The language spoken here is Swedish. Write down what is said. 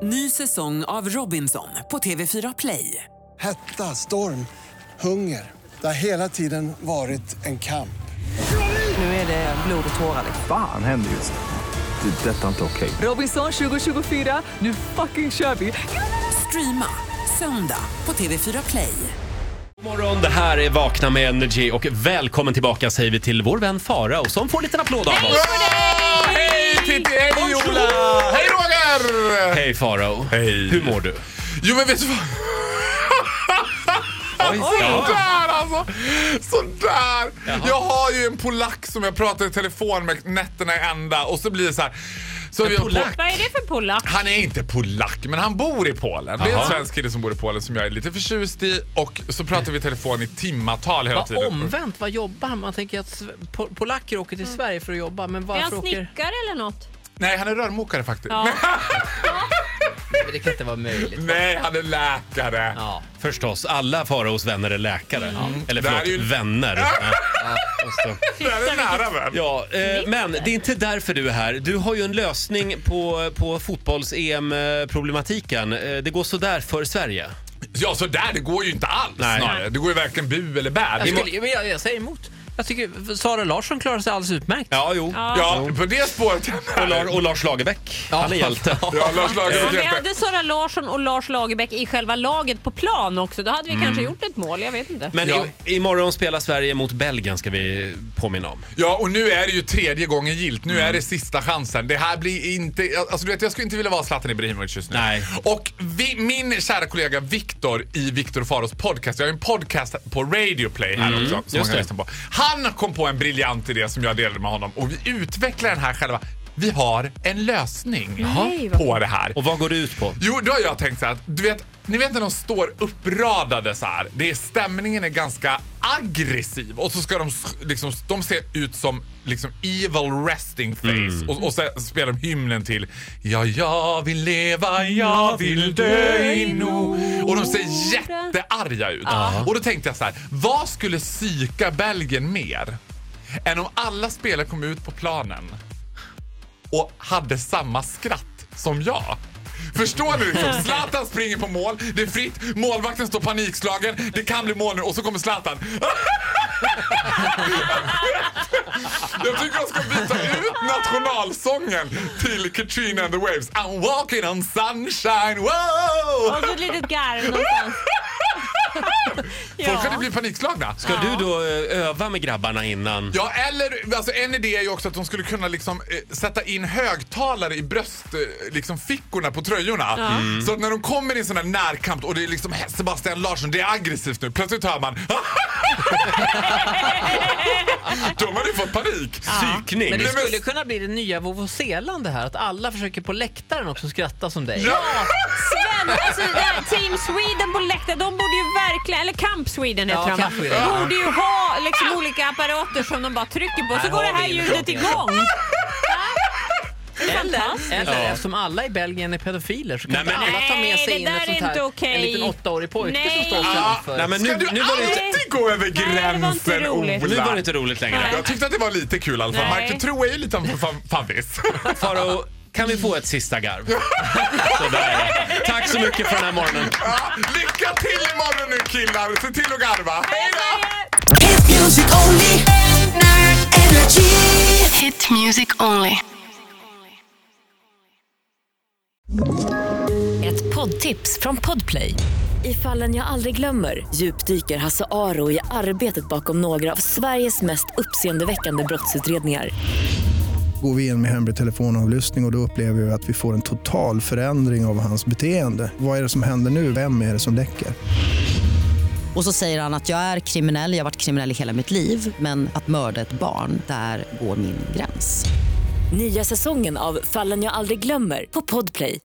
Ny säsong av Robinson på TV4 Play. Hetta, storm, hunger. Det har hela tiden varit en kamp. Nu är det blod och tårar. Fan händer just nu. Det. Detta är inte okej. Robinson 2024, nu fucking kör vi. Streama söndag på TV4 Play. God morgon, det här är Vakna med Energy och välkommen tillbaka säger vi till vår vän Farao som får en liten applåd av oss. Hej Titti, hej Ola! Hej Roger! Hej Farao. Hej. Hur mår du? Jo men vet du vad? Sådär alltså. Sådär. Jag har ju en polack som jag pratar i telefon med nätterna i ända och så blir det så här. Så vi Vad är det för polack? Han är inte polack, men han bor i Polen. Det är en svensk kille som bor i Polen som jag är lite förtjust i. Och så pratar vi i telefon i timmatal hela tiden. Omvänt, vad jobbar han? Man tänker att polacker åker till Sverige för att jobba. Men varför är han åker... snickare eller något? Nej, han är rörmokare faktiskt. Ja. Men det kan inte vara möjligt. Nej, han är läkare. Ja. Förstås, alla Faraos vänner är läkare. Eller Det här förlåt, är ju- vänner. Det här är nära vän. Ja, men det är inte därför du är här. Du har ju en lösning på fotbolls-EM-problematiken. Det går så där för Sverige. Ja, så där, det går ju inte alls. Nej. Snarare. Det går ju verkligen bu eller bär. Jag säger emot. Jag tycker Sara Larsson klarar sig alldeles utmärkt. Ja, jo. Ja, på det spåret. Och Lars Lagerbäck, han är hjälte. Ja, Lars Lagerbäck. Om vi hade Sara Larsson och Lars Lagerbäck i själva laget på plan också, då hade vi kanske gjort ett mål, jag vet inte. Men imorgon spelar Sverige mot Belgien, ska vi påminna om. Ja, och nu är det ju tredje gången gilt. Nu är det sista chansen. Det här blir inte... Alltså du vet, jag skulle inte vilja vara Zlatan Ibrahimovic just nu. Nej. Och min kära kollega Viktor i Viktor och Faros podcast. Jag har en podcast på Radio Play här också. Som man kan lyssna på. Han kom på en briljant idé som jag delade med honom. Och vi utvecklar den här själva. Vi har en lösning på det här. Och vad går det ut på? Jo, då har jag tänkt så här att, du vet, ni vet när de står uppradade så här. Stämningen är ganska aggressiv och så ska de liksom, de ser ut som liksom evil resting face och så spelar de hymnen till jag vill leva, jag vill dö i nord. Och de ser jättearga ut. Och då tänkte jag så här, vad skulle psyka Belgien mer än om alla spelare kom ut på planen och hade samma skratt som jag? Förstår du liksom? Zlatan springer på mål, det är fritt, målvakten står panikslagen, det kan bli mål nu och så kommer Zlatan. Jag tycker jag ska byta ut nationalsången till Katrina and the Waves. I'm walking on sunshine, wow! Och så ett litet garv någonstans. Folk hade blivit panikslagna. Ska du då öva med grabbarna innan? Ja, eller alltså, en idé är ju också att de skulle kunna liksom, sätta in högtalare i liksom, fickorna på tröjorna. Så att när de kommer i en sån här närkamp och det är liksom Sebastian Larsson, det är aggressivt nu. Plötsligt hör man de hade ju fått panik. Psykning. Men det skulle kunna bli det nya Vuvuzela här. Att alla försöker på läktaren också skratta som dig. Ja. Sven, alltså Team Sweden på läktaren, de borde ju verkligen, eller Camp Sweden heter de, Camp Sweden. de borde ju ha liksom olika apparater som de bara trycker på, så går det här ljudet igång. Eller eftersom alla i Belgien är pedofiler så kan Nej, men- alla ta med sig det in där ett är sånt här, inte okej. en liten 8-årig pojke Nej. som står framför. Nej, men Ska du nu var det inte... alltid gå över det var inte gränsen, roligt. Nu var det Ola? inte roligt längre. Jag tyckte att det var lite kul i alla fall. Nej. Mark Tro är ju lite fanvis. Farao, kan vi få ett sista garv? Sådär. Tack så mycket för den här morgonen. Ja, lycka till imorgon nu killar. Se till att garva. Hej då! Hit music only. Energy. Hit music only. Ett poddtips från Podplay. I Fallen jag aldrig glömmer djupdyker Hasse Aro i arbetet bakom några av Sveriges mest uppseendeväckande brottsutredningar. Går vi in med hemlig telefonavlyssning och då upplever vi att vi får en total förändring av hans beteende. Vad är det som händer nu? Vem är det som läcker? Och så säger han att jag är kriminell, jag har varit kriminell i hela mitt liv. Men att mörda ett barn, där går min gräns. Nya säsongen av Fallen jag aldrig glömmer på Podplay.